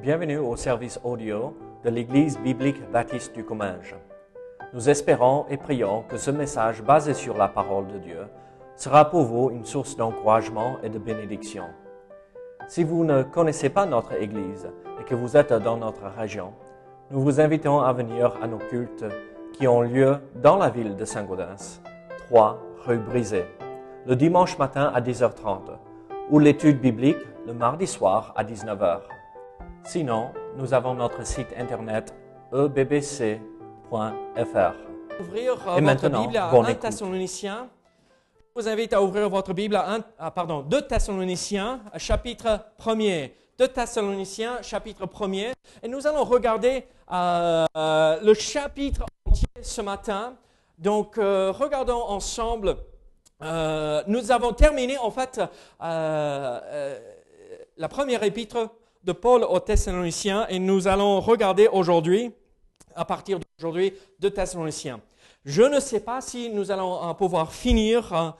Bienvenue au service audio de l'Église biblique baptiste du Comminges. Nous espérons et prions que ce message basé sur la parole de Dieu sera pour vous une source d'encouragement et de bénédiction. Si vous ne connaissez pas notre Église et que vous êtes dans notre région, nous vous invitons à venir à nos cultes qui ont lieu dans la ville de Saint-Gaudens, 3 rue Brisée, le dimanche matin à 10h30 ou l'étude biblique le mardi soir à 19h. Sinon, nous avons notre site internet ebbc.fr. Ouvrir Et votre maintenant, Bible à bonne 1 écoute. Thessaloniciens. Je vous invite à ouvrir votre Bible à 2 Thessaloniciens, chapitre 1er. 2 Thessaloniciens, chapitre 1er. Et nous allons regarder le chapitre entier ce matin. Donc, regardons ensemble. Nous avons terminé en fait la première épître de Paul aux Thessaloniciens et nous allons regarder aujourd'hui, à partir d'aujourd'hui, 2 Thessaloniciens. Je ne sais pas si nous allons pouvoir finir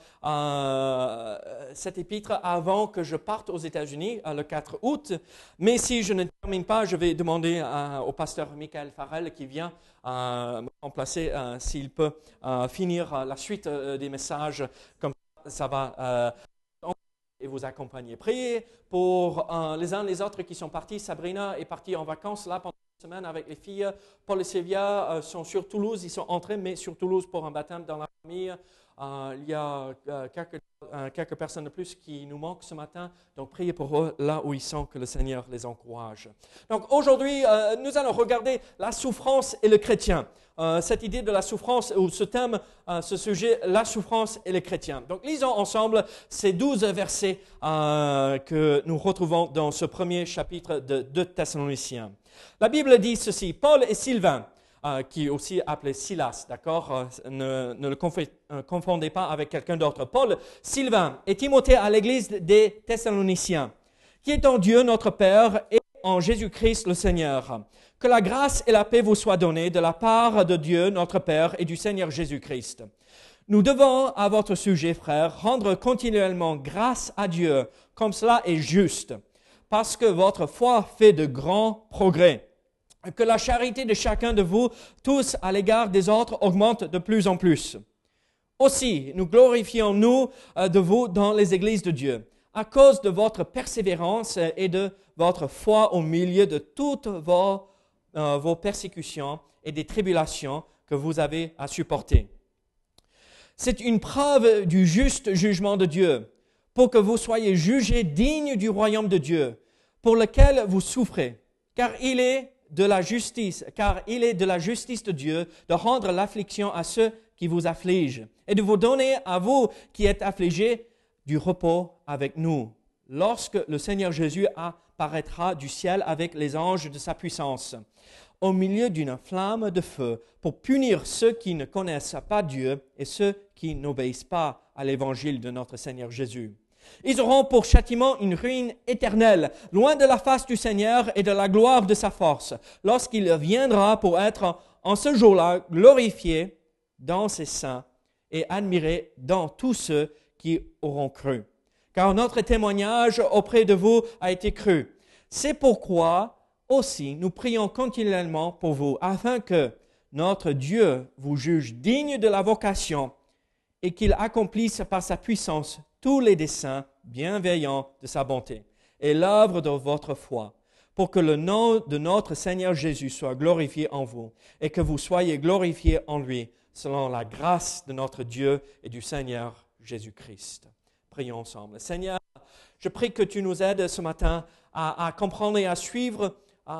cette épître avant que je parte aux États-Unis le 4 août, mais si je ne termine pas, je vais demander au pasteur Michael Farrell qui vient me remplacer s'il peut finir la suite des messages, comme ça va et vous accompagner. Priez pour les uns les autres qui sont partis. Sabrina est partie en vacances là pendant une semaine avec les filles. Paul et Sylvia sont sur Toulouse. Ils sont entrés, mais sur Toulouse pour un baptême dans la famille. Il y a quelques personnes de plus qui nous manquent ce matin. Donc, priez pour eux là où ils sont, que le Seigneur les encourage. Donc, aujourd'hui, nous allons regarder la souffrance et le chrétien. Cette idée de la souffrance, ou ce thème, ce sujet, la souffrance et les chrétiens. Donc, lisons ensemble ces 12 versets que nous retrouvons dans ce premier chapitre de 2 Thessaloniciens. La Bible dit ceci: Paul et Sylvain, qui est aussi appelé Silas, d'accord? Ne le confondez pas avec quelqu'un d'autre. Paul, Sylvain et Timothée à l'église des Thessaloniciens, qui est en Dieu notre Père et en Jésus-Christ le Seigneur. Que la grâce et la paix vous soient données de la part de Dieu notre Père et du Seigneur Jésus-Christ. Nous devons, à votre sujet, frères, rendre continuellement grâce à Dieu, comme cela est juste, parce que votre foi fait de grands progrès. Que la charité de chacun de vous, tous à l'égard des autres, augmente de plus en plus. Aussi, nous glorifions-nous de vous dans les églises de Dieu, à cause de votre persévérance et de votre foi au milieu de toutes vos persécutions et des tribulations que vous avez à supporter. C'est une preuve du juste jugement de Dieu, pour que vous soyez jugés dignes du royaume de Dieu, pour lequel vous souffrez, car il est de la justice de Dieu de rendre l'affliction à ceux qui vous affligent et de vous donner à vous qui êtes affligés du repos avec nous, lorsque le Seigneur Jésus apparaîtra du ciel avec les anges de sa puissance, au milieu d'une flamme de feu, pour punir ceux qui ne connaissent pas Dieu et ceux qui n'obéissent pas à l'évangile de notre Seigneur Jésus. Ils auront pour châtiment une ruine éternelle, loin de la face du Seigneur et de la gloire de sa force, lorsqu'il viendra pour être en ce jour-là glorifié dans ses saints et admiré dans tous ceux qui auront cru. Car notre témoignage auprès de vous a été cru. C'est pourquoi aussi nous prions continuellement pour vous, afin que notre Dieu vous juge digne de la vocation et qu'il accomplisse par sa puissance tous les desseins bienveillants de sa bonté et l'œuvre de votre foi, pour que le nom de notre Seigneur Jésus soit glorifié en vous et que vous soyez glorifiés en lui, selon la grâce de notre Dieu et du Seigneur Jésus-Christ. Prions ensemble. Seigneur, je prie que tu nous aides ce matin à comprendre et à suivre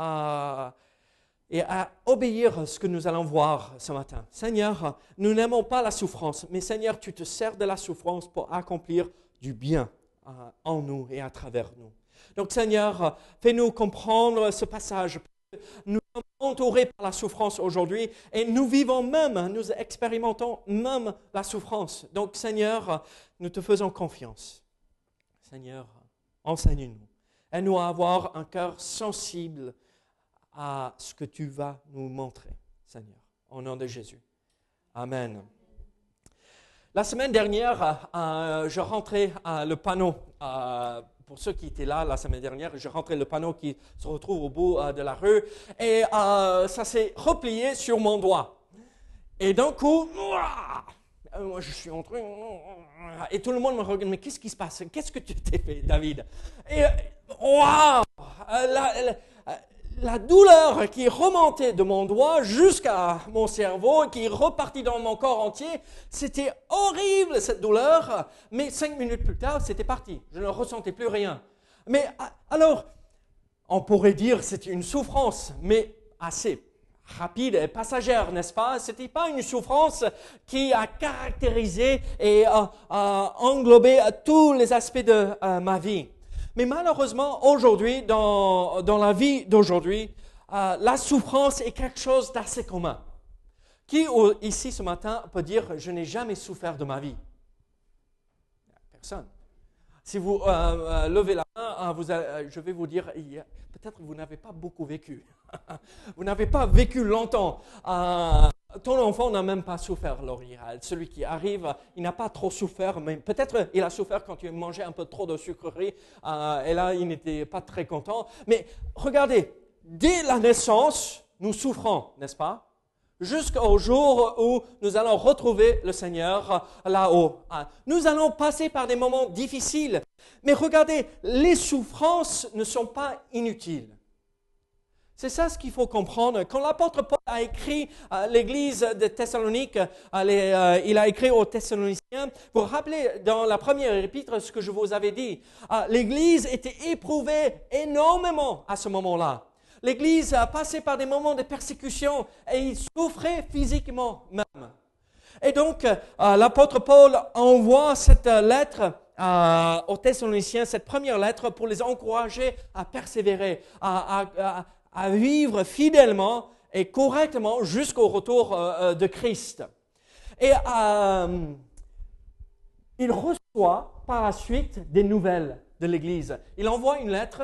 et à obéir ce que nous allons voir ce matin. Seigneur, nous n'aimons pas la souffrance, mais Seigneur, tu te sers de la souffrance pour accomplir du bien en nous et à travers nous. Donc Seigneur, fais-nous comprendre ce passage. Nous sommes entourés par la souffrance aujourd'hui et nous vivons même, nous expérimentons même la souffrance. Donc Seigneur, nous te faisons confiance. Seigneur, enseigne-nous. Aide-nous à avoir un cœur sensible à ce que tu vas nous montrer, Seigneur, au nom de Jésus. Amen. La semaine dernière, je rentrais le panneau pour ceux qui étaient là la semaine dernière, j'ai rentré le panneau qui se retrouve au bout de la rue et ça s'est replié sur mon doigt. Et d'un coup, moi je suis entré et tout le monde me regarde, mais qu'est-ce qui se passe? Qu'est-ce que tu t'es fait, David? Et waouh! La douleur qui remontait de mon doigt jusqu'à mon cerveau, qui est repartie dans mon corps entier, c'était horrible cette douleur, mais 5 minutes plus tard, c'était parti. Je ne ressentais plus rien. Mais alors, on pourrait dire que c'était une souffrance, mais assez rapide et passagère, n'est-ce pas? Ce n'était pas une souffrance qui a caractérisé et englobé tous les aspects de ma vie. Mais malheureusement, aujourd'hui, dans la vie d'aujourd'hui, la souffrance est quelque chose d'assez commun. Qui ici ce matin peut dire « je n'ai jamais souffert de ma vie » ? Personne. Si vous levez la main, je vais vous dire, peut-être que vous n'avez pas beaucoup vécu. Vous n'avez pas vécu longtemps. Ton enfant n'a même pas souffert, Laurie. Celui qui arrive, il n'a pas trop souffert, mais peut-être il a souffert quand il mangeait un peu trop de sucreries, et là, il n'était pas très content. Mais regardez, dès la naissance, nous souffrons, n'est-ce pas? Jusqu'au jour où nous allons retrouver le Seigneur là-haut. Nous allons passer par des moments difficiles, mais regardez, les souffrances ne sont pas inutiles. C'est ça ce qu'il faut comprendre. Quand l'apôtre Paul a écrit à l'église de Thessalonique, il a écrit aux Thessaloniciens, vous vous rappelez dans la première épître ce que je vous avais dit. L'église était éprouvée énormément à ce moment-là. L'église a passé par des moments de persécution et il souffrait physiquement même. Et donc, l'apôtre Paul envoie cette lettre aux Thessaloniciens, cette première lettre pour les encourager à persévérer, à vivre fidèlement et correctement jusqu'au retour de Christ. Et il reçoit par la suite des nouvelles de l'Église. Il envoie une lettre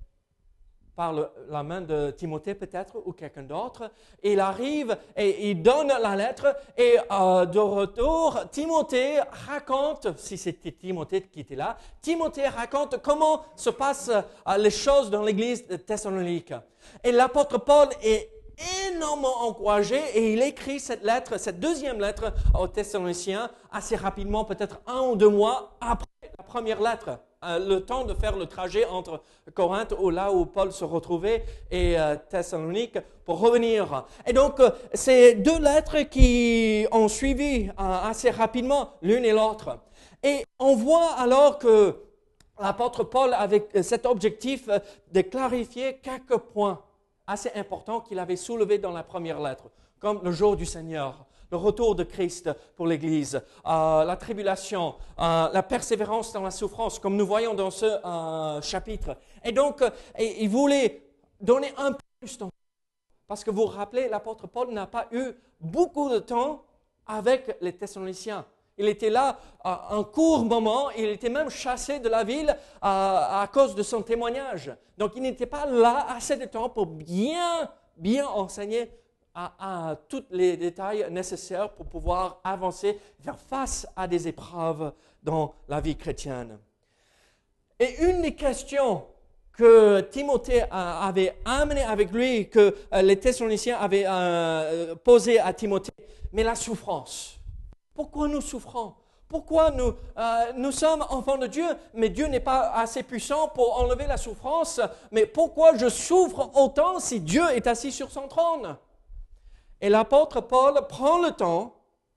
par la main de Timothée peut-être ou quelqu'un d'autre. Et il arrive et il donne la lettre et de retour, Timothée raconte, si c'était Timothée qui était là, Timothée raconte comment se passent les choses dans l'église de Thessalonique. Et l'apôtre Paul est énormément encouragé et il écrit cette lettre, cette deuxième lettre aux Thessaloniciens assez rapidement, peut-être 1 ou 2 mois après la première lettre. Le temps de faire le trajet entre Corinthe, ou là où Paul se retrouvait, et Thessalonique, pour revenir. Et donc, c'est 2 lettres qui ont suivi assez rapidement l'une et l'autre. Et on voit alors que l'apôtre Paul avait cet objectif de clarifier quelques points assez importants qu'il avait soulevés dans la première lettre, comme le jour du Seigneur, le retour de Christ pour l'Église, la tribulation, la persévérance dans la souffrance, comme nous voyons dans ce chapitre. Et donc, il voulait donner un peu plus de temps. Parce que vous vous rappelez, l'apôtre Paul n'a pas eu beaucoup de temps avec les Thessaloniciens. Il était là un court moment, il était même chassé de la ville à cause de son témoignage. Donc, il n'était pas là assez de temps pour bien enseigner à tous les détails nécessaires pour pouvoir avancer face à des épreuves dans la vie chrétienne. Et une des questions que Timothée avait amenées avec lui, que les Thessaloniciens avaient posées à Timothée, mais la souffrance. Pourquoi nous souffrons? Pourquoi nous sommes enfants de Dieu, mais Dieu n'est pas assez puissant pour enlever la souffrance? Mais pourquoi je souffre autant si Dieu est assis sur son trône? Et l'apôtre Paul prend le temps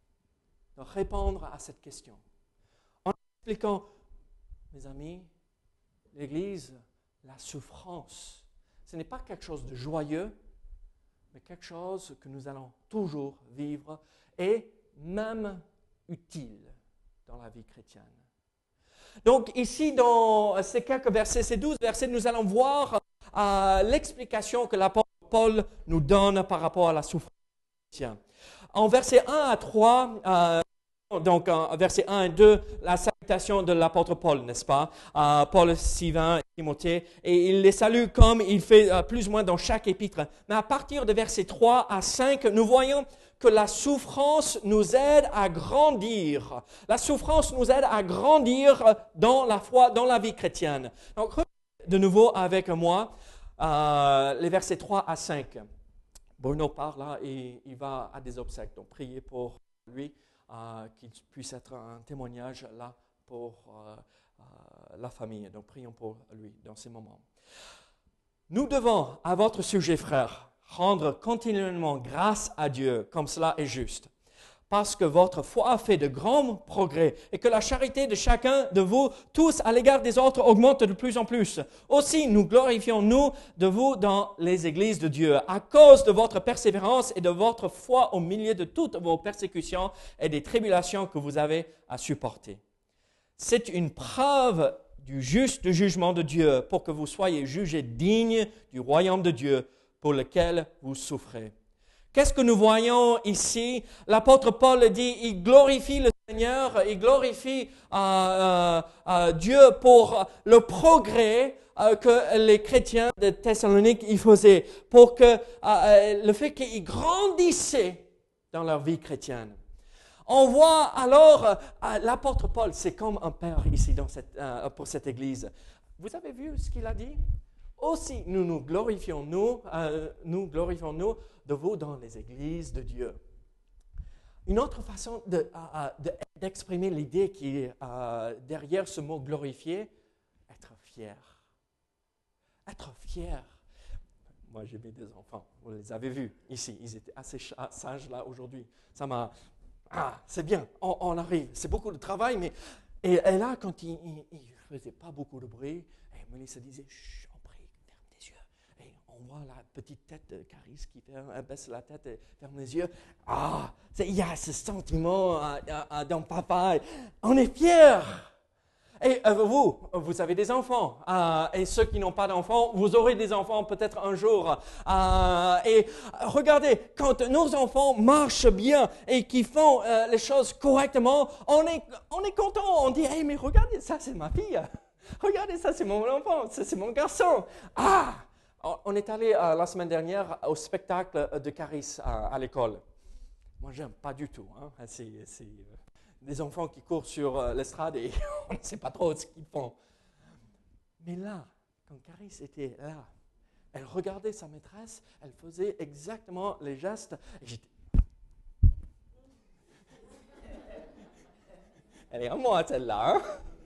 de répondre à cette question en expliquant, mes amis, l'Église, la souffrance, ce n'est pas quelque chose de joyeux, mais quelque chose que nous allons toujours vivre et même utile dans la vie chrétienne. Donc ici, dans ces quelques versets, ces 12 versets, nous allons voir l'explication que l'apôtre Paul nous donne par rapport à la souffrance. En versets 1 à 3, donc versets 1 et 2, la salutation de l'apôtre Paul, n'est-ce pas? Paul, Sylvain Timothée, et il les salue comme il fait plus ou moins dans chaque épître. Mais à partir de versets 3 à 5, nous voyons que la souffrance nous aide à grandir. La souffrance nous aide à grandir dans la foi, dans la vie chrétienne. Donc, regardez de nouveau avec moi les versets 3 à 5. Bruno part là et il va à des obsèques. Donc, priez pour lui, qu'il puisse être un témoignage là pour la famille. Donc, prions pour lui dans ces moments. Nous devons, à votre sujet, frères, rendre continuellement grâce à Dieu, comme cela est juste, parce que votre foi fait de grands progrès et que la charité de chacun de vous tous à l'égard des autres augmente de plus en plus. Aussi, nous glorifions-nous de vous dans les églises de Dieu, à cause de votre persévérance et de votre foi au milieu de toutes vos persécutions et des tribulations que vous avez à supporter. C'est une preuve du juste jugement de Dieu pour que vous soyez jugés dignes du royaume de Dieu pour lequel vous souffrez. Qu'est-ce que nous voyons ici? L'apôtre Paul dit, il glorifie le Seigneur, il glorifie Dieu pour le progrès que les chrétiens de Thessalonique y faisaient, pour que le fait qu'ils grandissaient dans leur vie chrétienne. On voit alors l'apôtre Paul, c'est comme un père ici pour cette église. Vous avez vu ce qu'il a dit? Aussi, nous glorifions-nous de vous dans les églises de Dieu. Une autre façon d'exprimer l'idée qui est derrière ce mot glorifier, être fier. Être fier. Moi, j'ai mis des enfants, vous les avez vus ici, ils étaient assez sages là aujourd'hui. Ça m'a... c'est bien, on arrive, c'est beaucoup de travail, mais... Et là, quand il ne faisait pas beaucoup de bruit, et Mélissa disait, chut, on prie, ferme les yeux. Et on voit la petite tête de Caris qui baisse la tête et ferme les yeux. Il y a ce sentiment dans papa. On est fiers. Et vous avez des enfants. Et ceux qui n'ont pas d'enfants, vous aurez des enfants peut-être un jour. Et regardez, quand nos enfants marchent bien et qu'ils font les choses correctement, on est content. On dit, hey, mais regardez, ça c'est ma fille. Regardez, ça c'est mon enfant, ça c'est mon garçon. On est allé la semaine dernière au spectacle de Caris à l'école. Moi, j'aime pas du tout. C'est des enfants qui courent sur l'estrade et on ne sait pas trop ce qu'ils font. Mais là, quand Caris était là, elle regardait sa maîtresse, elle faisait exactement les gestes. Et j'étais... Elle est à moi, celle-là.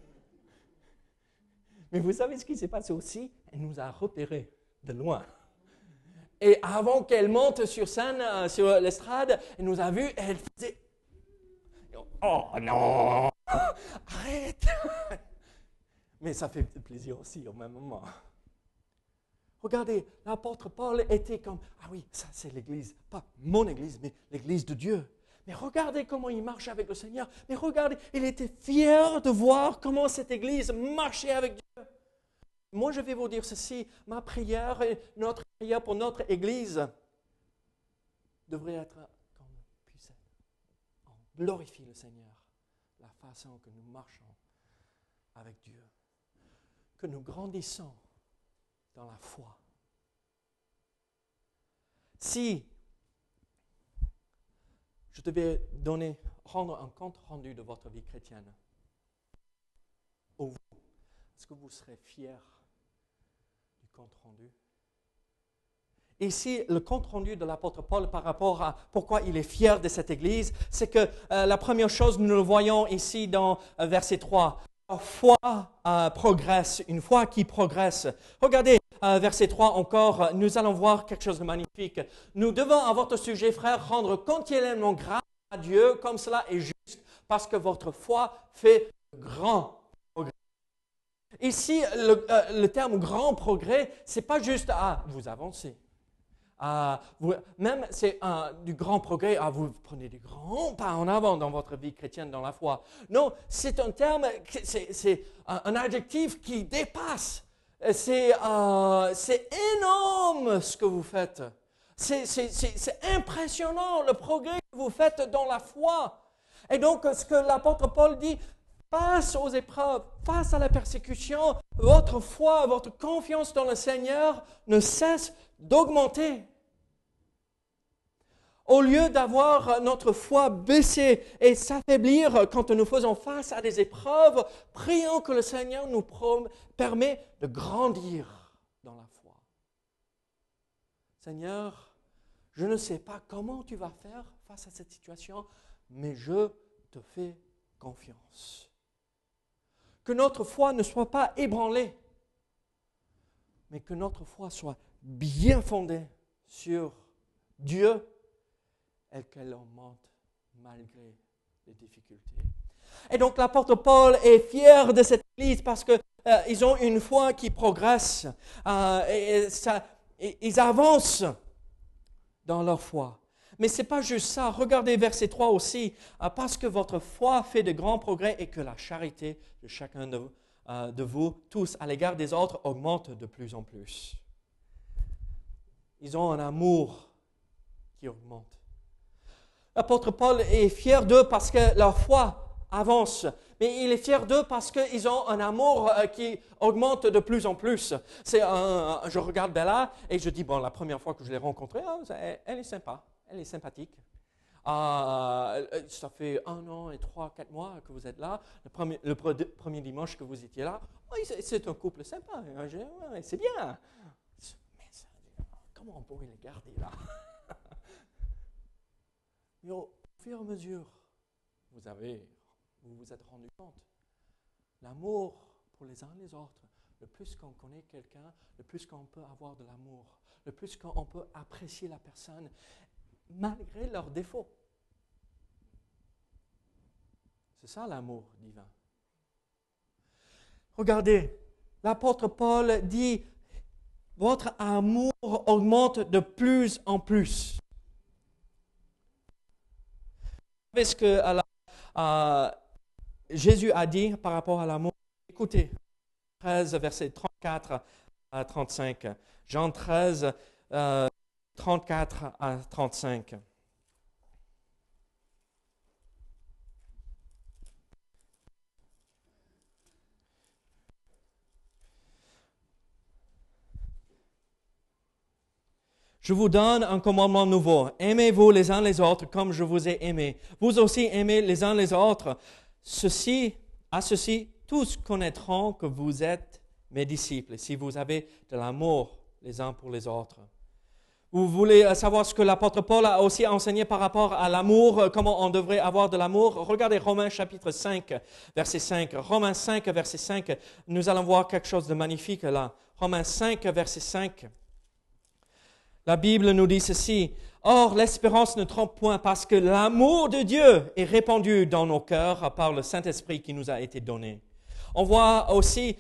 Mais vous savez ce qui s'est passé aussi? Elle nous a repérés de loin. Et avant qu'elle monte sur scène, sur l'estrade, elle nous a vus et elle faisait... Oh non! Arrête! Mais ça fait plaisir aussi au même moment. Regardez, l'apôtre Paul était comme, oui, ça c'est l'église, pas mon église, mais l'église de Dieu. Mais regardez comment il marche avec le Seigneur. Mais regardez, il était fier de voir comment cette église marchait avec Dieu. Moi, je vais vous dire ceci, ma prière et notre prière pour notre église devrait être comme puisse être. On glorifie le Seigneur, la façon que nous marchons avec Dieu, que nous grandissons dans la foi. Si je devais rendre un compte rendu de votre vie chrétienne, est-ce que vous serez fiers du compte rendu? Ici, le compte rendu de l'apôtre Paul par rapport à pourquoi il est fier de cette église, c'est que la première chose, nous le voyons ici dans verset 3, la foi progresse, une foi qui progresse. Regardez, verset 3 encore, nous allons voir quelque chose de magnifique. Nous devons à votre sujet, frères, rendre continuellement grâce à Dieu, comme cela est juste, parce que votre foi fait grand progrès. Ici, le terme grand progrès, ce n'est pas juste vous avancez. Même c'est du grand progrès, vous prenez des grands pas en avant dans votre vie chrétienne, dans la foi. Non, c'est un terme, c'est un adjectif qui dépasse. C'est énorme ce que vous faites. C'est impressionnant le progrès que vous faites dans la foi. Et donc, ce que l'apôtre Paul dit, face aux épreuves, face à la persécution, votre foi, votre confiance dans le Seigneur ne cesse d'augmenter. Au lieu d'avoir notre foi baisser et s'affaiblir quand nous faisons face à des épreuves, prions que le Seigneur nous permet de grandir dans la foi. Seigneur, je ne sais pas comment tu vas faire face à cette situation, mais je te fais confiance. Que notre foi ne soit pas ébranlée, mais que notre foi soit bien fondée sur Dieu et qu'elle augmente malgré les difficultés. Et donc l'apôtre Paul est fier de cette église parce qu'ils ont une foi qui progresse, ils avancent dans leur foi. Mais ce n'est pas juste ça. Regardez verset 3 aussi. Parce que votre foi fait de grands progrès et que la charité de chacun de vous tous à l'égard des autres augmente de plus en plus. Ils ont un amour qui augmente. L'apôtre Paul est fier d'eux parce que leur foi avance. Mais il est fier d'eux parce qu'ils ont un amour qui augmente de plus en plus. Je regarde Bella et je dis, bon, la première fois que je l'ai rencontrée, elle est sympa, elle est sympathique. Ça fait 1 an et 3-4 mois que vous êtes là. Le premier dimanche que vous étiez là, oui, c'est un couple sympa. C'est bien. Mais comment on pourrait les garder là? Mais au fur et à mesure, vous vous êtes rendu compte, l'amour pour les uns les autres, le plus qu'on connaît quelqu'un, le plus qu'on peut avoir de l'amour, le plus qu'on peut apprécier la personne, malgré leurs défauts. C'est ça l'amour divin. Regardez, l'apôtre Paul dit, votre amour augmente de plus en plus. Vous savez ce que Jésus a dit par rapport à l'amour? Écoutez, 13, versets 34 à 35. Jean 13, 34 à 35. Je vous donne un commandement nouveau. Aimez-vous les uns les autres comme je vous ai aimés. Vous aussi aimez les uns les autres. À ceci, tous connaîtront que vous êtes mes disciples, si vous avez de l'amour les uns pour les autres. Vous voulez savoir ce que l'apôtre Paul a aussi enseigné par rapport à l'amour, comment on devrait avoir de l'amour? Regardez Romains chapitre 5, verset 5. Romains 5, verset 5. Nous allons voir quelque chose de magnifique là. Romains 5, verset 5. La Bible nous dit ceci, « Or, l'espérance ne trompe point parce que l'amour de Dieu est répandu dans nos cœurs par le Saint-Esprit qui nous a été donné. » On voit aussi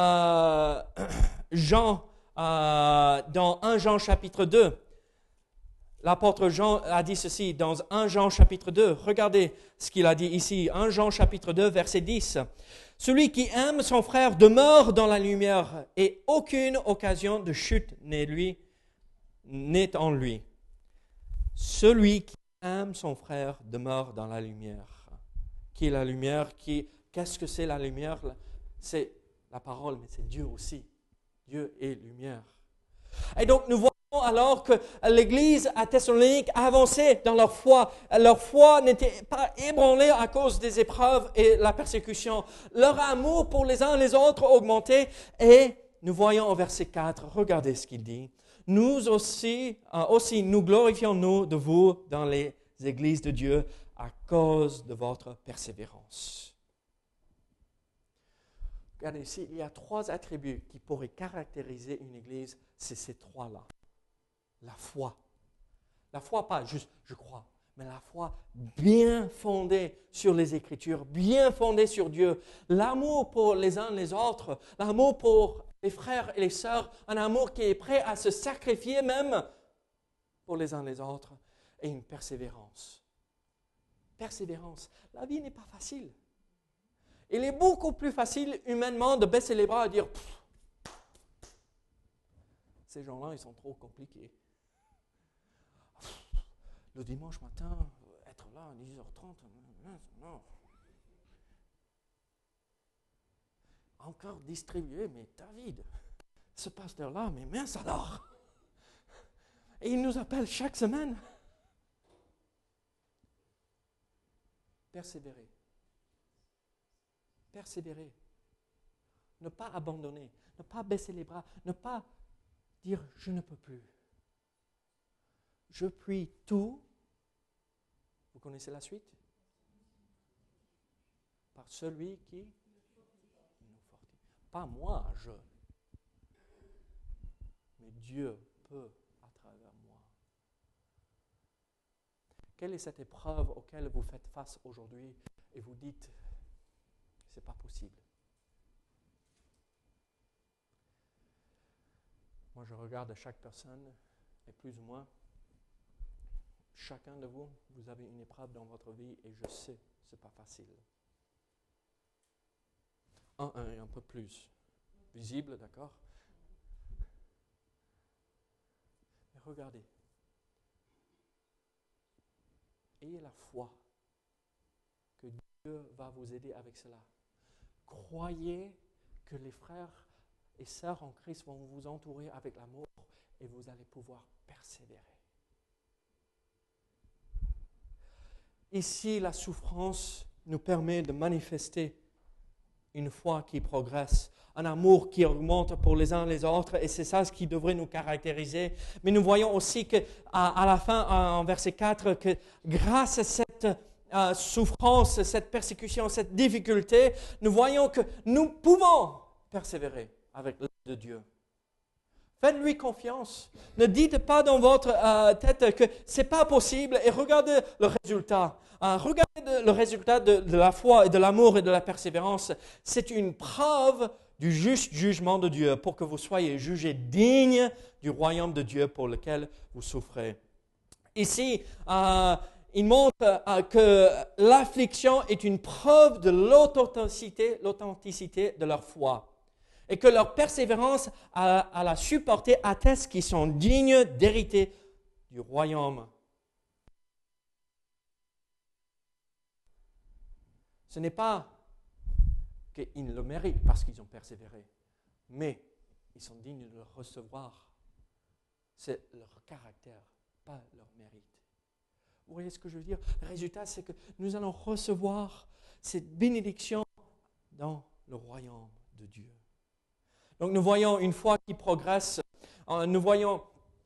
Jean, dans 1 Jean chapitre 2. L'apôtre Jean a dit ceci dans 1 Jean chapitre 2. Regardez ce qu'il a dit ici, 1 Jean chapitre 2, verset 10. « Celui qui aime son frère demeure dans la lumière et aucune occasion de chute n'est en lui. Celui qui aime son frère demeure dans la lumière. » Qui est la lumière? Qu'est-ce que c'est la lumière? C'est la parole, mais c'est Dieu aussi. Dieu est lumière. Et donc nous voyons alors que l'Église à Thessalonique avançait dans leur foi. Leur foi n'était pas ébranlée à cause des épreuves et la persécution. Leur amour pour les uns et les autres augmentait. Et nous voyons au verset 4, regardez ce qu'il dit. Nous aussi nous glorifions-nous de vous dans les églises de Dieu à cause de votre persévérance. Regardez ici, il y a 3 attributs qui pourraient caractériser une église, c'est ces 3-là. La foi. La foi, pas juste je crois, mais la foi bien fondée sur les Écritures, bien fondée sur Dieu. L'amour pour les uns les autres, l'amour pour les frères et les sœurs, un amour qui est prêt à se sacrifier même pour les uns les autres, et une persévérance. Persévérance. La vie n'est pas facile. Il est beaucoup plus facile humainement de baisser les bras et dire ces gens-là, ils sont trop compliqués. Le dimanche matin, être là à 10h30, non. encore distribué, mais David, ce pasteur-là, mais mince alors. Et il nous appelle chaque semaine. Persévérer. Persévérer. Ne pas abandonner, ne pas baisser les bras, ne pas dire « je ne peux plus ». Je puis tout. Vous connaissez la suite? Par celui qui nous fortifie. Pas moi, je. Mais Dieu peut à travers moi. Quelle est cette épreuve auquel vous faites face aujourd'hui et vous dites « c'est pas possible ». Moi, je regarde chaque personne et plus ou moins, chacun de vous, vous avez une épreuve dans votre vie et je sais, ce n'est pas facile. Un est un peu plus visible, d'accord? Mais regardez. Ayez la foi que Dieu va vous aider avec cela. Croyez que les frères et sœurs en Christ vont vous entourer avec l'amour et vous allez pouvoir persévérer. Ici, la souffrance nous permet de manifester une foi qui progresse, un amour qui augmente pour les uns les autres, et c'est ça ce qui devrait nous caractériser. Mais nous voyons aussi qu'à la fin, en verset 4, que grâce à cette souffrance, cette persécution, cette difficulté, nous voyons que nous pouvons persévérer avec l'aide de Dieu. Faites-lui confiance. Ne dites pas dans votre tête que ce n'est pas possible et regardez le résultat. Regardez le résultat de la foi et de l'amour et de la persévérance. C'est une preuve du juste jugement de Dieu pour que vous soyez jugés dignes du royaume de Dieu pour lequel vous souffrez. Ici, il montre que l'affliction est une preuve de l'authenticité de leur foi. Et que leur persévérance à la supporter atteste qu'ils sont dignes d'hériter du royaume. Ce n'est pas qu'ils le méritent parce qu'ils ont persévéré, mais ils sont dignes de le recevoir. C'est leur caractère, pas leur mérite. Vous voyez ce que je veux dire? Le résultat, c'est que nous allons recevoir cette bénédiction dans le royaume de Dieu. Donc nous voyons une foi qui progresse, nous voyons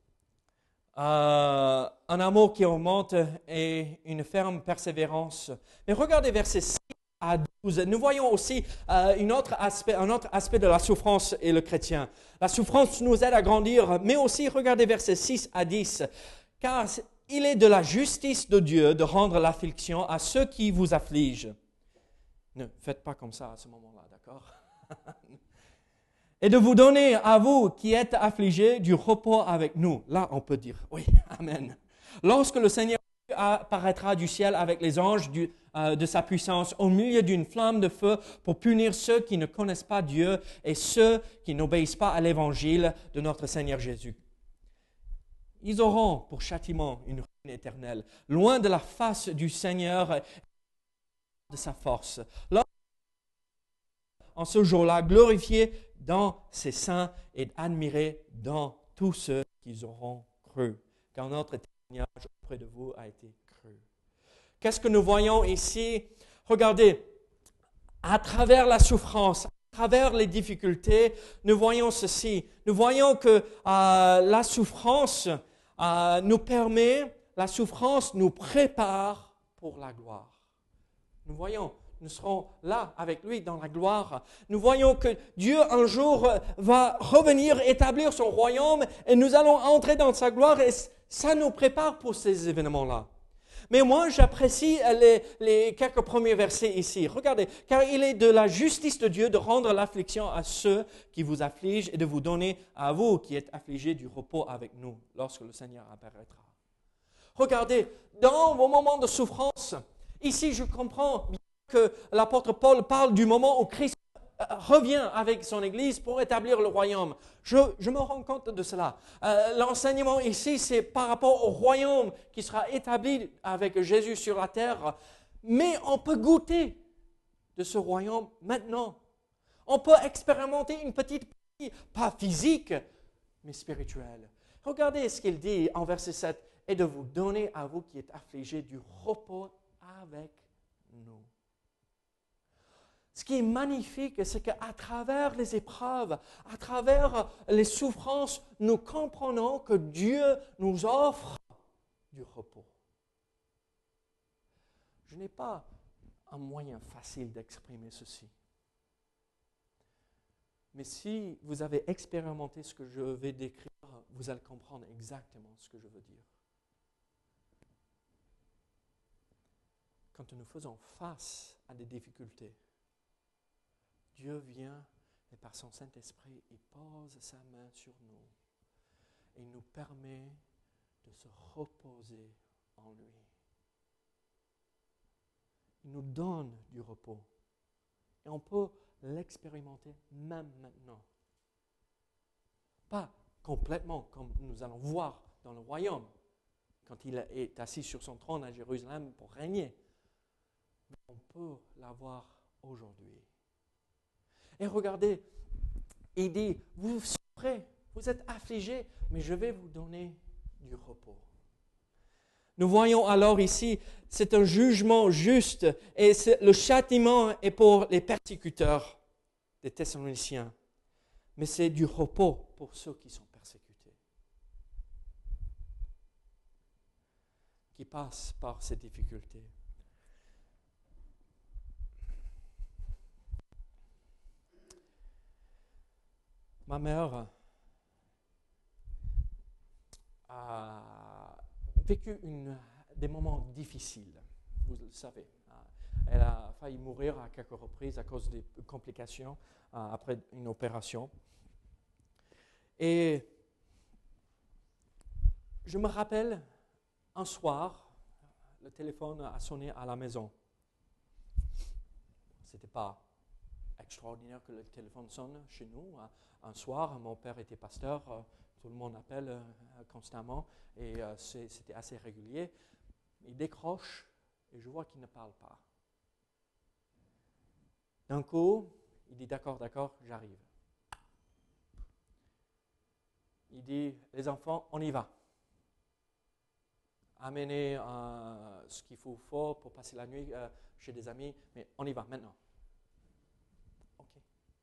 un amour qui augmente et une ferme persévérance. Mais regardez versets 6 à 12, nous voyons aussi un autre aspect de la souffrance et le chrétien. La souffrance nous aide à grandir, mais aussi regardez versets 6 à 10, car il est de la justice de Dieu de rendre l'affliction à ceux qui vous affligent. Ne faites pas comme ça à ce moment-là, d'accord? Et de vous donner à vous qui êtes affligés du repos avec nous. Là, on peut dire, oui, amen. Lorsque le Seigneur apparaîtra du ciel avec les anges de sa puissance au milieu d'une flamme de feu pour punir ceux qui ne connaissent pas Dieu et ceux qui n'obéissent pas à l'évangile de notre Seigneur Jésus. Ils auront pour châtiment une ruine éternelle, loin de la face du Seigneur et de sa force. En ce jour-là, glorifiés dans ses saints et admirés dans tous ceux qui auront cru, car notre témoignage auprès de vous a été cru. Qu'est-ce que nous voyons ici? Regardez, à travers la souffrance, à travers les difficultés, nous voyons ceci. Nous voyons que la souffrance nous permet, la souffrance nous prépare pour la gloire. Nous voyons. Nous serons là avec lui dans la gloire. Nous voyons que Dieu un jour va revenir établir son royaume et nous allons entrer dans sa gloire et ça nous prépare pour ces événements-là. Mais moi, j'apprécie les quelques premiers versets ici. Regardez, car il est de la justice de Dieu de rendre l'affliction à ceux qui vous affligent et de vous donner à vous qui êtes affligés du repos avec nous lorsque le Seigneur apparaîtra. Regardez, dans vos moments de souffrance, ici je comprends bien que l'apôtre Paul parle du moment où Christ revient avec son Église pour établir le royaume. Je me rends compte de cela. L'enseignement ici, c'est par rapport au royaume qui sera établi avec Jésus sur la terre. Mais on peut goûter de ce royaume maintenant. On peut expérimenter une petite partie, pas physique, mais spirituelle. Regardez ce qu'il dit en verset 7, « Et de vous donner à vous qui êtes affligés du repos avec nous. » Ce qui est magnifique, c'est qu'à travers les épreuves, à travers les souffrances, nous comprenons que Dieu nous offre du repos. Je n'ai pas un moyen facile d'exprimer ceci. Mais si vous avez expérimenté ce que je vais décrire, vous allez comprendre exactement ce que je veux dire. Quand nous faisons face à des difficultés, Dieu vient et par son Saint-Esprit, il pose sa main sur nous et il nous permet de se reposer en lui. Il nous donne du repos et on peut l'expérimenter même maintenant. Pas complètement comme nous allons voir dans le royaume, quand il est assis sur son trône à Jérusalem pour régner. Mais on peut l'avoir aujourd'hui. Et regardez, il dit, vous souffrez, vous êtes affligés, mais je vais vous donner du repos. Nous voyons alors ici, c'est un jugement juste et le châtiment est pour les persécuteurs des Thessaloniciens. Mais c'est du repos pour ceux qui sont persécutés, qui passent par ces difficultés. Ma mère a vécu des moments difficiles, vous le savez. Elle a failli mourir à quelques reprises à cause des complications après une opération. Et je me rappelle, un soir, le téléphone a sonné à la maison. Ce n'était pas extraordinaire que le téléphone sonne chez nous. Un soir, mon père était pasteur, tout le monde appelle constamment et c'était assez régulier. Il décroche et je vois qu'il ne parle pas. D'un coup, il dit d'accord, j'arrive. Il dit, les enfants, on y va. Amenez ce qu'il faut pour passer la nuit chez des amis, mais on y va maintenant. Ok.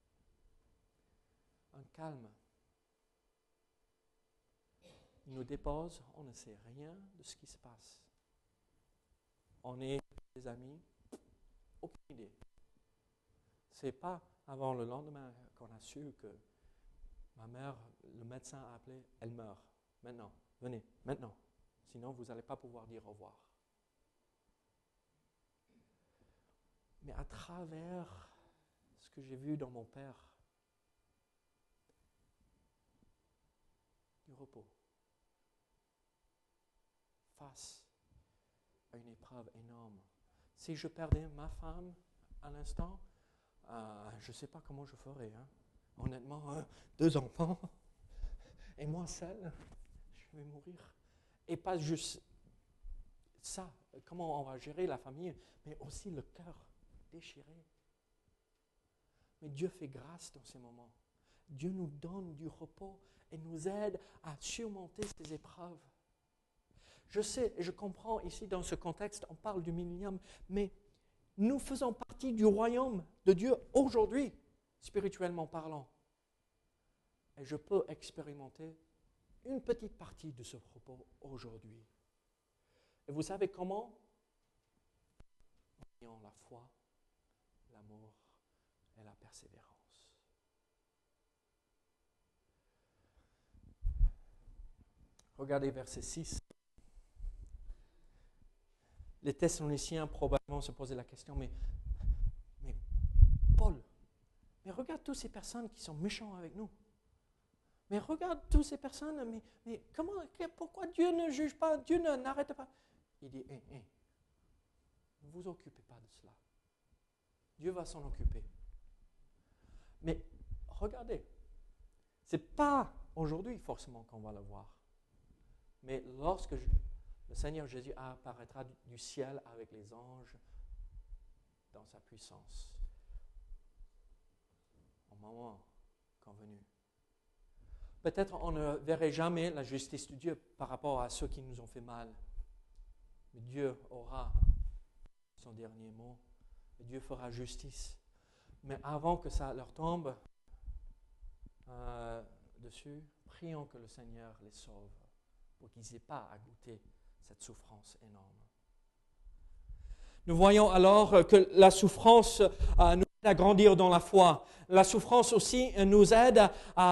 Un calme. Il nous dépose, on ne sait rien de ce qui se passe. On est des amis, aucune idée. Ce n'est pas avant le lendemain qu'on a su que ma mère, le médecin a appelé, elle meurt. Maintenant, venez, maintenant. Sinon, vous n'allez pas pouvoir dire au revoir. Mais à travers ce que j'ai vu dans mon père, du repos, face à une épreuve énorme. Si je perdais ma femme à l'instant, je ne sais pas comment je ferais. Honnêtement, 2 enfants et moi seul, je vais mourir. Et pas juste ça, comment on va gérer la famille, mais aussi le cœur déchiré. Mais Dieu fait grâce dans ces moments. Dieu nous donne du repos et nous aide à surmonter ces épreuves. Je sais et je comprends ici dans ce contexte, on parle du millénium, mais nous faisons partie du royaume de Dieu aujourd'hui, spirituellement parlant. Et je peux expérimenter une petite partie de ce repos aujourd'hui. Et vous savez comment? En ayant la foi, l'amour et la persévérance. Regardez verset 6. Les Thessaloniciens probablement se posaient la question, mais Paul, mais regarde toutes ces personnes qui sont méchantes avec nous. Mais regarde toutes ces personnes, mais pourquoi Dieu ne juge pas, Dieu n'arrête pas? Il dit, ne vous occupez pas de cela. Dieu va s'en occuper. Mais regardez, ce n'est pas aujourd'hui forcément qu'on va le voir. Mais lorsque le Seigneur Jésus apparaîtra du ciel avec les anges dans sa puissance. moment convenu. Peut-être on ne verrait jamais la justice de Dieu par rapport à ceux qui nous ont fait mal. Mais Dieu aura son dernier mot. Et Dieu fera justice. Mais avant que ça leur tombe dessus, prions que le Seigneur les sauve pour qu'ils n'aient pas à goûter cette souffrance énorme. Nous voyons alors que la souffrance nous aide à grandir dans la foi. La souffrance aussi nous aide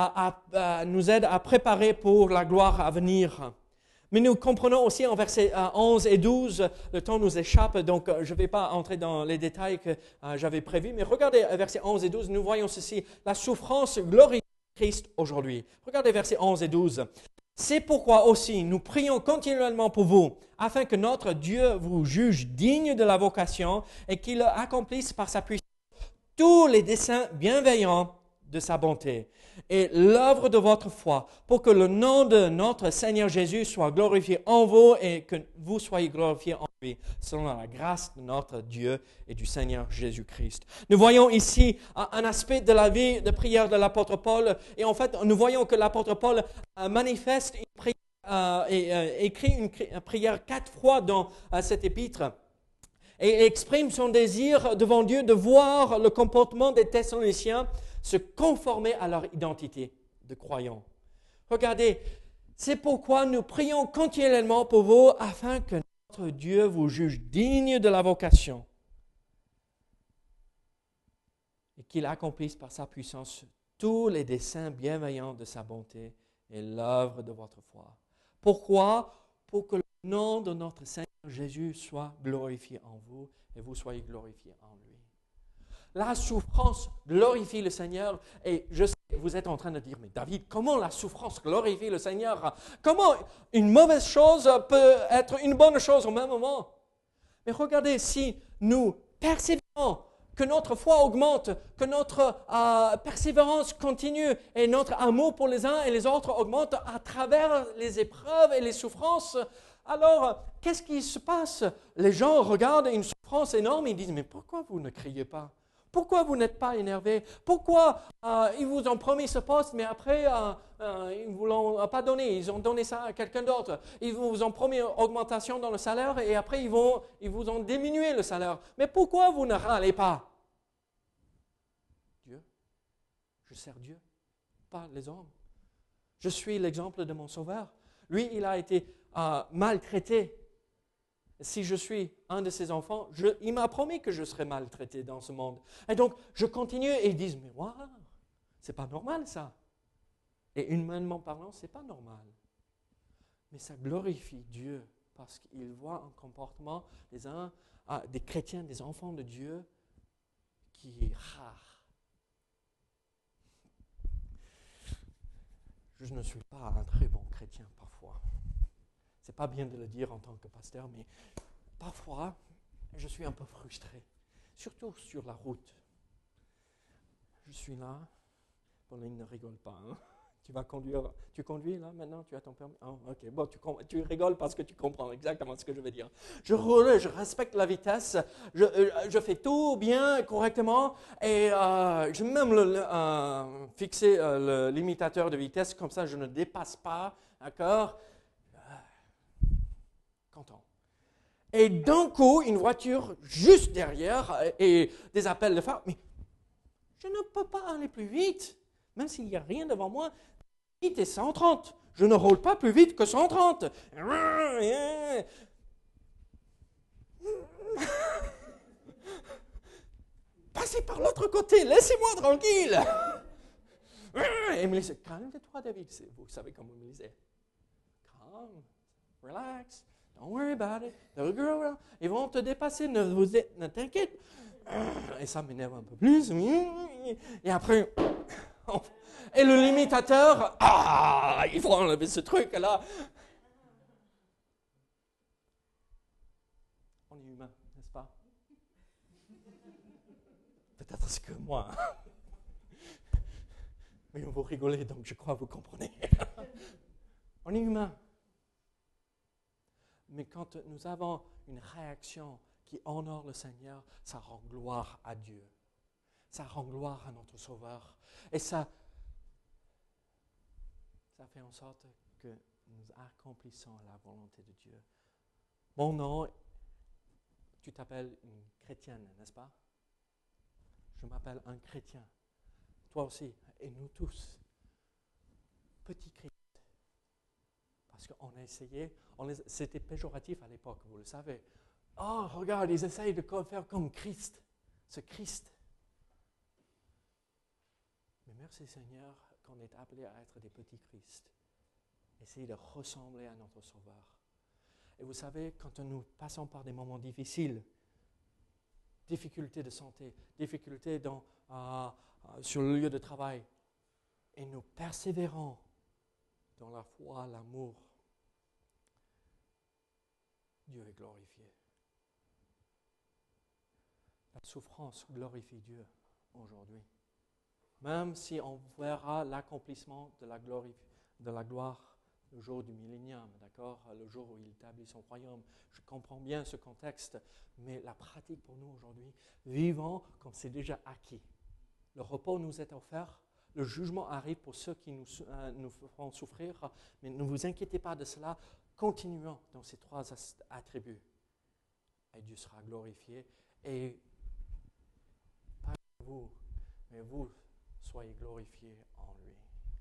à préparer pour la gloire à venir. Mais nous comprenons aussi en versets 11 et 12, le temps nous échappe, donc je ne vais pas entrer dans les détails que j'avais prévus, mais regardez versets 11 et 12, nous voyons ceci, la souffrance glorifie Christ aujourd'hui. Regardez versets 11 et 12. C'est pourquoi aussi nous prions continuellement pour vous, afin que notre Dieu vous juge digne de la vocation et qu'il accomplisse par sa puissance tous les desseins bienveillants de sa bonté et l'œuvre de votre foi, pour que le nom de notre Seigneur Jésus soit glorifié en vous et que vous soyez glorifiés en lui, selon la grâce de notre Dieu et du Seigneur Jésus-Christ. Nous voyons ici un aspect de la vie de prière de l'apôtre Paul, et en fait, nous voyons que l'apôtre Paul manifeste une prière et écrit une prière 4 fois dans cet épître, et exprime son désir devant Dieu de voir le comportement des Thessaloniciens se conformer à leur identité de croyants. Regardez, c'est pourquoi nous prions continuellement pour vous afin que notre Dieu vous juge digne de la vocation et qu'il accomplisse par sa puissance tous les desseins bienveillants de sa bonté et l'œuvre de votre foi. Pourquoi? Pour que le nom de notre Seigneur Jésus soit glorifié en vous et vous soyez glorifiés en lui. La souffrance glorifie le Seigneur. Et je sais, vous êtes en train de dire, mais David, comment la souffrance glorifie le Seigneur? Comment une mauvaise chose peut être une bonne chose au même moment? Mais regardez, si nous persévérons, que notre foi augmente, que notre persévérance continue et notre amour pour les uns et les autres augmente à travers les épreuves et les souffrances, alors qu'est-ce qui se passe? Les gens regardent une souffrance énorme et ils disent, mais pourquoi vous ne criez pas? Pourquoi vous n'êtes pas énervé? Pourquoi ils vous ont promis ce poste, mais après, ils ne vous l'ont pas donné. Ils ont donné ça à quelqu'un d'autre. Ils vous ont promis une augmentation dans le salaire et après, ils vous ont diminué le salaire. Mais pourquoi vous ne râlez pas? Dieu, je sers Dieu, pas les hommes. Je suis l'exemple de mon Sauveur. Lui, il a été maltraité. Si je suis un de ses enfants, il m'a promis que je serais maltraité dans ce monde. Et donc, je continue et ils disent, mais waouh, c'est pas normal ça. Et humainement parlant, c'est pas normal. Mais ça glorifie Dieu parce qu'il voit un comportement des chrétiens, des enfants de Dieu qui est rare. Je ne suis pas un très bon chrétien parfois. C'est pas bien de le dire en tant que pasteur, mais parfois, je suis un peu frustré, surtout sur la route. Je suis là, Pauline ne rigole pas, hein? Tu vas conduire, tu conduis là maintenant, tu as ton permis? Oh, ok, bon, tu rigoles parce que tu comprends exactement ce que je veux dire. Je roule, je respecte la vitesse, je fais tout bien, correctement, et je vais même fixer le limitateur de vitesse, comme ça je ne dépasse pas, d'accord? Content. Et d'un coup, une voiture juste derrière et des appels de phare. Mais je ne peux pas aller plus vite, même s'il n'y a rien devant moi. Vite est 130. Je ne roule pas plus vite que 130. Passez par l'autre côté, laissez-moi tranquille. Et me disait, calme-toi David. Vous savez comment il me disait. Calme, relax. Don't worry about it. Ils vont te dépasser, ne t'inquiète. Et ça m'énerve un peu plus. Et après, et le limitateur, il faut enlever ce truc-là. On est humain, n'est-ce pas? Peut-être c'est que moi. Mais vous rigolez, donc je crois que vous comprenez. On est humain. Mais quand nous avons une réaction qui honore le Seigneur, ça rend gloire à Dieu. ça rend gloire à notre Sauveur. Et ça fait en sorte que nous accomplissons la volonté de Dieu. Mon nom, tu t'appelles une chrétienne, n'est-ce pas? Je m'appelle un chrétien. Toi aussi, et nous tous. Petit Christ. Parce qu'on a essayé, c'était péjoratif à l'époque, vous le savez. Oh, regarde, ils essayent de faire comme Christ, ce Christ. Mais merci Seigneur qu'on est appelé à être des petits Christ. Essayer de ressembler à notre Sauveur. Et vous savez, quand nous passons par des moments difficiles, difficultés de santé, difficultés sur le lieu de travail, et nous persévérons dans la foi, l'amour, Dieu est glorifié. La souffrance glorifie Dieu aujourd'hui. Même si on verra l'accomplissement de la gloire le jour du millénium, d'accord, le jour où il établit son royaume. Je comprends bien ce contexte, mais la pratique pour nous aujourd'hui, vivons comme c'est déjà acquis. Le repos nous est offert, le jugement arrive pour ceux qui nous feront souffrir, mais ne vous inquiétez pas de cela, continuons dans ces trois attributs. Et Dieu sera glorifié, et pas vous, mais vous soyez glorifiés en lui.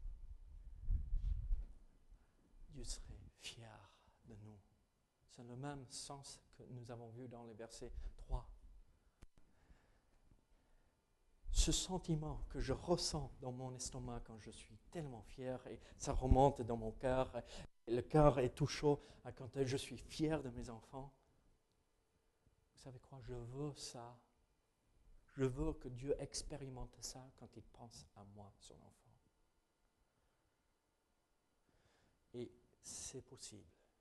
Dieu serait fier de nous. C'est le même sens que nous avons vu dans les versets 3. Ce sentiment que je ressens dans mon estomac quand je suis tellement fier et ça remonte dans mon cœur, et le cœur est tout chaud quand je suis fier de mes enfants. Vous savez quoi? Je veux ça. Je veux que Dieu expérimente ça quand il pense à moi, son enfant. Et c'est possible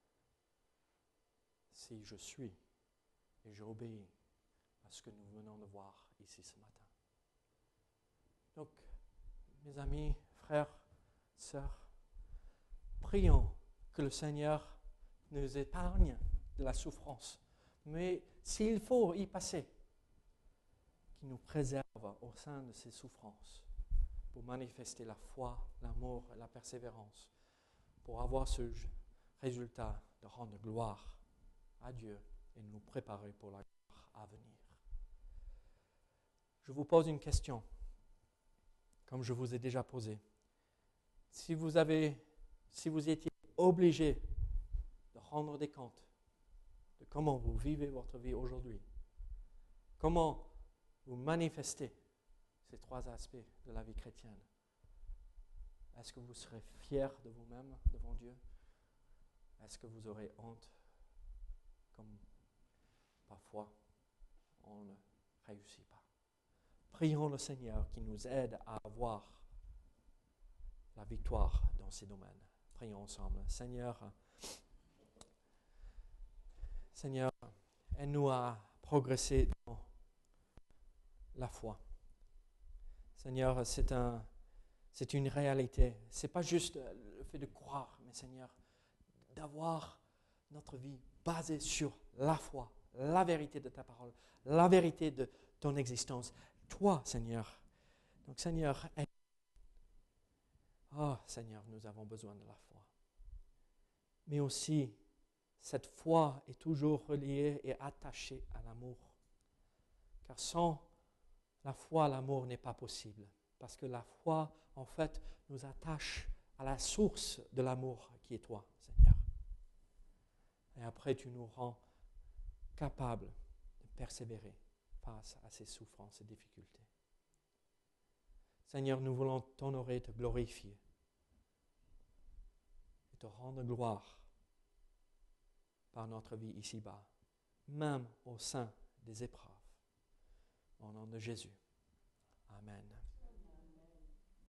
si je suis et j'obéis à ce que nous venons de voir ici ce matin. Donc, mes amis, frères, sœurs, prions que le Seigneur nous épargne de la souffrance, mais s'il faut y passer, qu'il nous préserve au sein de ces souffrances pour manifester la foi, l'amour et la persévérance, pour avoir ce résultat de rendre gloire à Dieu et nous préparer pour la gloire à venir. Je vous pose une question, comme je vous ai déjà posé. Si vous étiez obligé de rendre des comptes de comment vous vivez votre vie aujourd'hui, comment vous manifestez ces trois aspects de la vie chrétienne, est-ce que vous serez fier de vous-même devant Dieu? Est-ce que vous aurez honte, comme parfois on ne réussit pas? Prions le Seigneur qui nous aide à avoir la victoire dans ces domaines. Prions ensemble. Seigneur, aide-nous à progresser dans la foi. Seigneur, c'est une réalité. Ce n'est pas juste le fait de croire, mais Seigneur, d'avoir notre vie basée sur la foi, la vérité de ta parole, la vérité de ton existence. Toi, Seigneur. Donc, Seigneur, Seigneur, nous avons besoin de la foi. Mais aussi, cette foi est toujours reliée et attachée à l'amour. Car sans la foi, l'amour n'est pas possible. Parce que la foi, en fait, nous attache à la source de l'amour qui est toi, Seigneur. Et après, tu nous rends capables de persévérer face à ces souffrances et difficultés. Seigneur, nous voulons t'honorer, te glorifier et te rendre gloire par notre vie ici-bas, même au sein des épreuves. Au nom de Jésus. Amen.